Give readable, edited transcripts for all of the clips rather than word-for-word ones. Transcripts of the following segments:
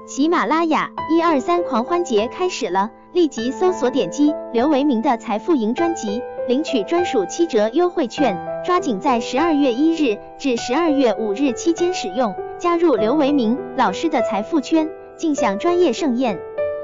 喜马拉雅123狂欢节开始了，立即搜索点击刘维明的财富营专辑，领取专属7折优惠券，抓紧在12月1日至12月5日期间使用，加入刘维明老师的财富圈，尽享专业盛宴。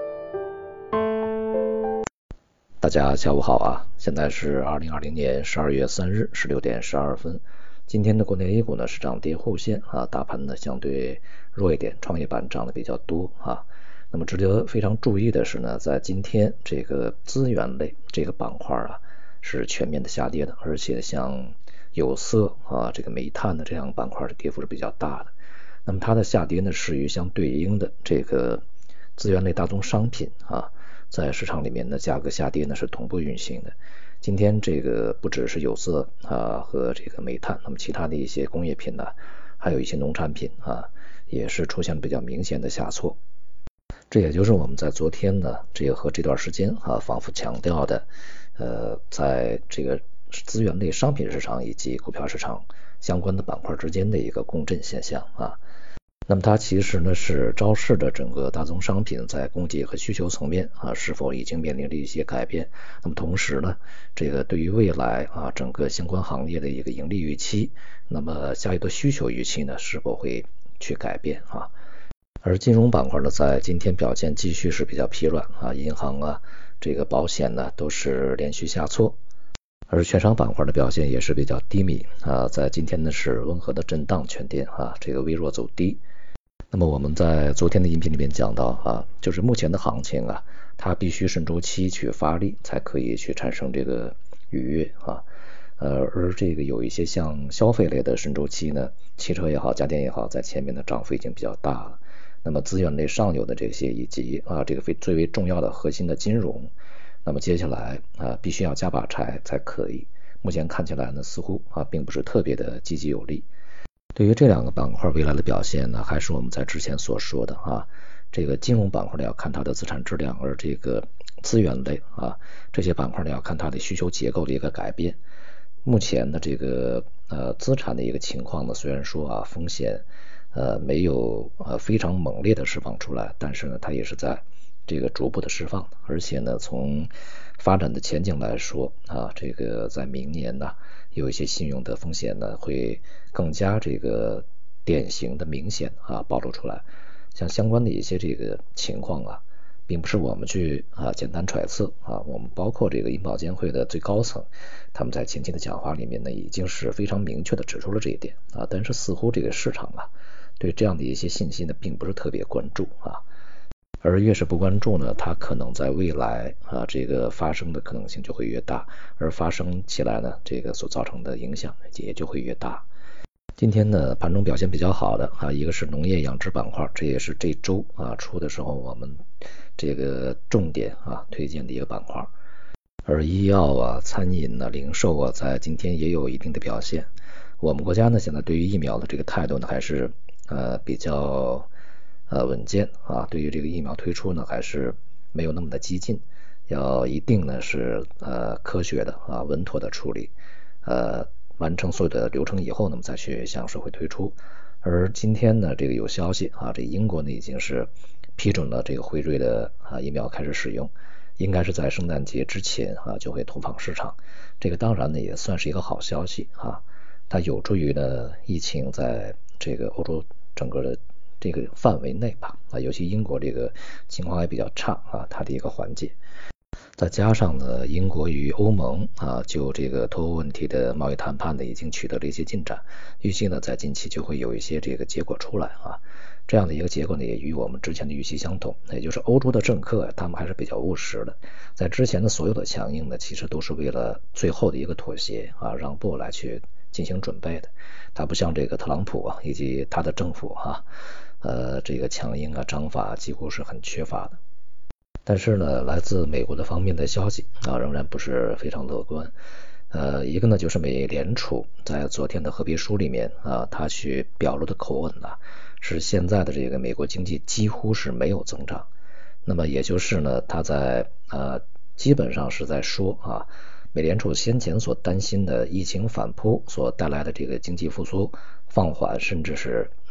大家下午好啊，现在是2020年12月3日16点12分。今天的国内 A 股呢是涨跌互现啊，大盘呢相对弱一点，创业板涨得比较多啊。那么值得非常注意的是呢，在今天这个资源类这个板块啊是全面的下跌的，而且像有色啊这个煤炭的这样板块的跌幅是比较大的。那么它的下跌呢是与相对应的这个资源类大宗商品啊在市场里面的价格下跌呢是同步运行的。今天这个不只是有色啊和这个煤炭，那么其他的一些工业品呢，还有一些农产品啊，也是出现比较明显的下挫。这也就是我们在昨天呢，这个和这段时间啊反复强调的，在这个资源类商品市场以及股票市场相关的板块之间的一个共振现象啊。那么它其实呢是昭示着整个大宗商品在供给和需求层面啊是否已经面临着一些改变。那么同时呢，这个对于未来啊整个相关行业的一个盈利预期，那么下一个需求预期呢是否会去改变啊？而金融板块呢在今天表现继续是比较疲软啊，银行啊这个保险呢都是连续下挫。而券商板块的表现也是比较低迷啊，在今天呢是温和的震荡全跌啊，这个微弱走低。那么我们在昨天的音频里面讲到啊，就是目前的行情啊，它必须顺周期去发力才可以去产生这个愉悦啊。而这个有一些像消费类的顺周期呢，汽车也好，家电也好，在前面的涨幅已经比较大了。那么资源类上游的这些以及啊这个最为重要的核心的金融，那么接下来啊必须要加把柴才可以。目前看起来呢，似乎啊并不是特别的积极有力。对于这两个板块未来的表现呢，还是我们在之前所说的啊，这个金融板块呢要看它的资产质量，而这个资源类啊这些板块呢要看它的需求结构的一个改变。目前的这个资产的一个情况呢，虽然说啊风险没有非常猛烈的释放出来，但是呢它也是在这个逐步的释放，而且呢从发展的前景来说啊，这个在明年呢有一些信用的风险呢会更加这个典型的明显啊暴露出来。像相关的一些这个情况啊，并不是我们去简单揣测啊，我们包括这个银保监会的最高层，他们在前期的讲话里面呢已经是非常明确的指出了这一点啊，但是似乎这个市场啊对这样的一些信息呢并不是特别关注啊。而越是不关注呢，它可能在未来啊，这个发生的可能性就会越大，而发生起来呢，这个所造成的影响也就会越大。今天呢，盘中表现比较好的啊，一个是农业养殖板块，这也是这周啊出的时候我们这个重点啊推荐的一个板块。而医药啊、餐饮啊、零售啊，在今天也有一定的表现。我们国家呢，现在对于疫苗的这个态度呢，还是比较稳健啊，对于这个疫苗推出呢还是没有那么的激进，要一定呢是科学的啊稳妥的处理，完成所有的流程以后呢，我们再去向社会推出。而今天呢这个有消息啊，这英国呢已经是批准了这个辉瑞的疫苗开始使用，应该是在圣诞节之前啊就会投放市场。这个当然呢也算是一个好消息啊，它有助于呢疫情在这个欧洲整个的这个范围内吧啊，尤其英国这个情况还比较差啊，它的一个缓解。再加上呢，英国与欧盟啊就这个脱欧问题的贸易谈判呢已经取得了一些进展，预计呢在近期就会有一些这个结果出来啊。这样的一个结果呢也与我们之前的预期相同，也就是欧洲的政客他们还是比较务实的，在之前的所有的强硬呢其实都是为了最后的一个妥协啊让步来去进行准备的。他不像这个特朗普啊以及他的政府这个强硬啊章法几乎是很缺乏的。但是呢，来自美国的方面的消息啊，仍然不是非常乐观。一个呢就是美联储在昨天的合别书里面啊，他去表露的口吻呢，是现在的这个美国经济几乎是没有增长。那么也就是呢，他在基本上是在说啊，美联储先前所担心的疫情反扑所带来的这个经济复苏放缓，甚至是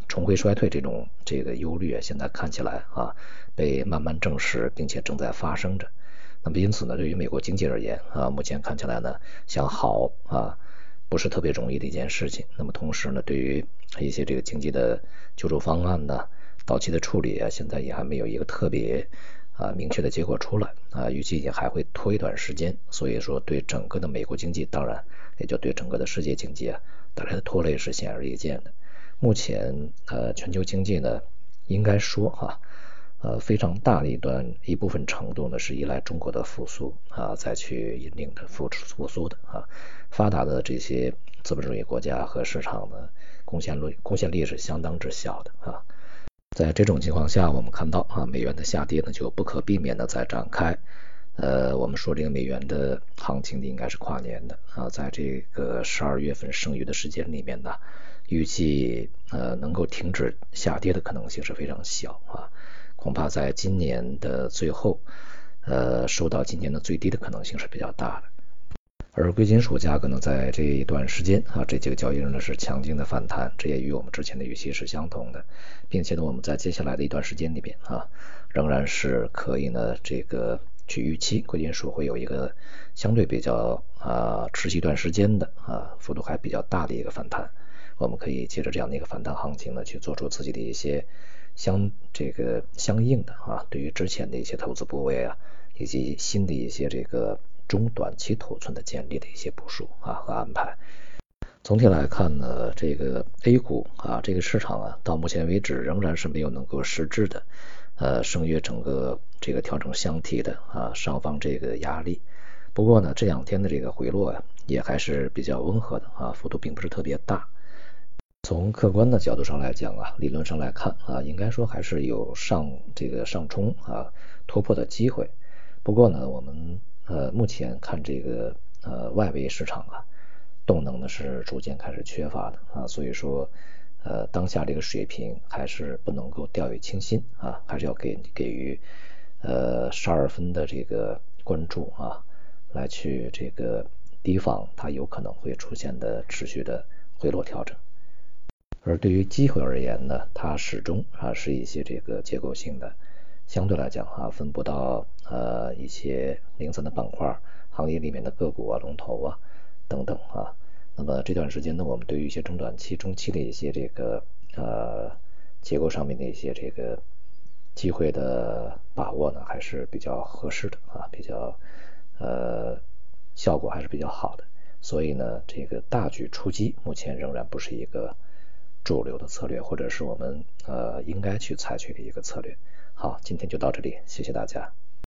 重回衰退这个忧虑现在看起来被慢慢证实，并且正在发生着。那么因此呢，对于美国经济而言目前看起来呢，想好不是特别容易的一件事情。那么同时呢，对于一些这个经济的救助方案呢，到期的处理现在也还没有一个特别明确的结果出来预计也还会拖一段时间。所以说对整个的美国经济，当然也就对整个的世界经济带来的拖累是显而易见的。目前全球经济呢，应该说非常大的一部分程度呢是依赖中国的复苏再去引领的复苏的发达的这些资本主义国家和市场呢，贡献力是相当之小的在这种情况下，我们看到美元的下跌呢就不可避免的在展开。我们说这个美元的行情应该是跨年的在这个12月份剩余的时间里面呢，预计能够停止下跌的可能性是非常小恐怕在今年的最后收到今年的最低的可能性是比较大的。而贵金属价格呢，在这一段时间这几个交易日呢是强劲的反弹，这也与我们之前的预期是相同的，并且呢，我们在接下来的一段时间里边仍然是可以呢这个去预期贵金属会有一个相对比较持续一段时间的幅度还比较大的一个反弹。我们可以借着这样的一个反弹行情呢，去做出自己的一些相应的对于之前的一些投资部位以及新的一些这个中短期头寸的建立的一些部署和安排。总体来看呢，这个 A 股这个市场到目前为止仍然是没有能够实质的胜越整个这个调整箱体的上方这个压力。不过呢，这两天的这个回落也还是比较温和的幅度并不是特别大。从客观的角度上来讲理论上来看应该说还是有上冲突破的机会。不过呢，我们目前看这个外围市场动能呢是逐渐开始缺乏的所以说当下这个水平还是不能够掉以轻心还是要给予12分的这个关注来去这个提防它有可能会出现的持续的回落调整。而对于机会而言呢，它始终是一些这个结构性的，相对来讲分布到一些零散的板块、行业里面的个股龙头等等那么这段时间呢，我们对于一些中短期、中期的一些这个结构上面的一些这个机会的把握呢，还是比较合适的比较效果还是比较好的。所以呢，这个大举出击目前仍然不是一个主流的策略，或者是我们应该去采取的一个策略。好，今天就到这里，谢谢大家。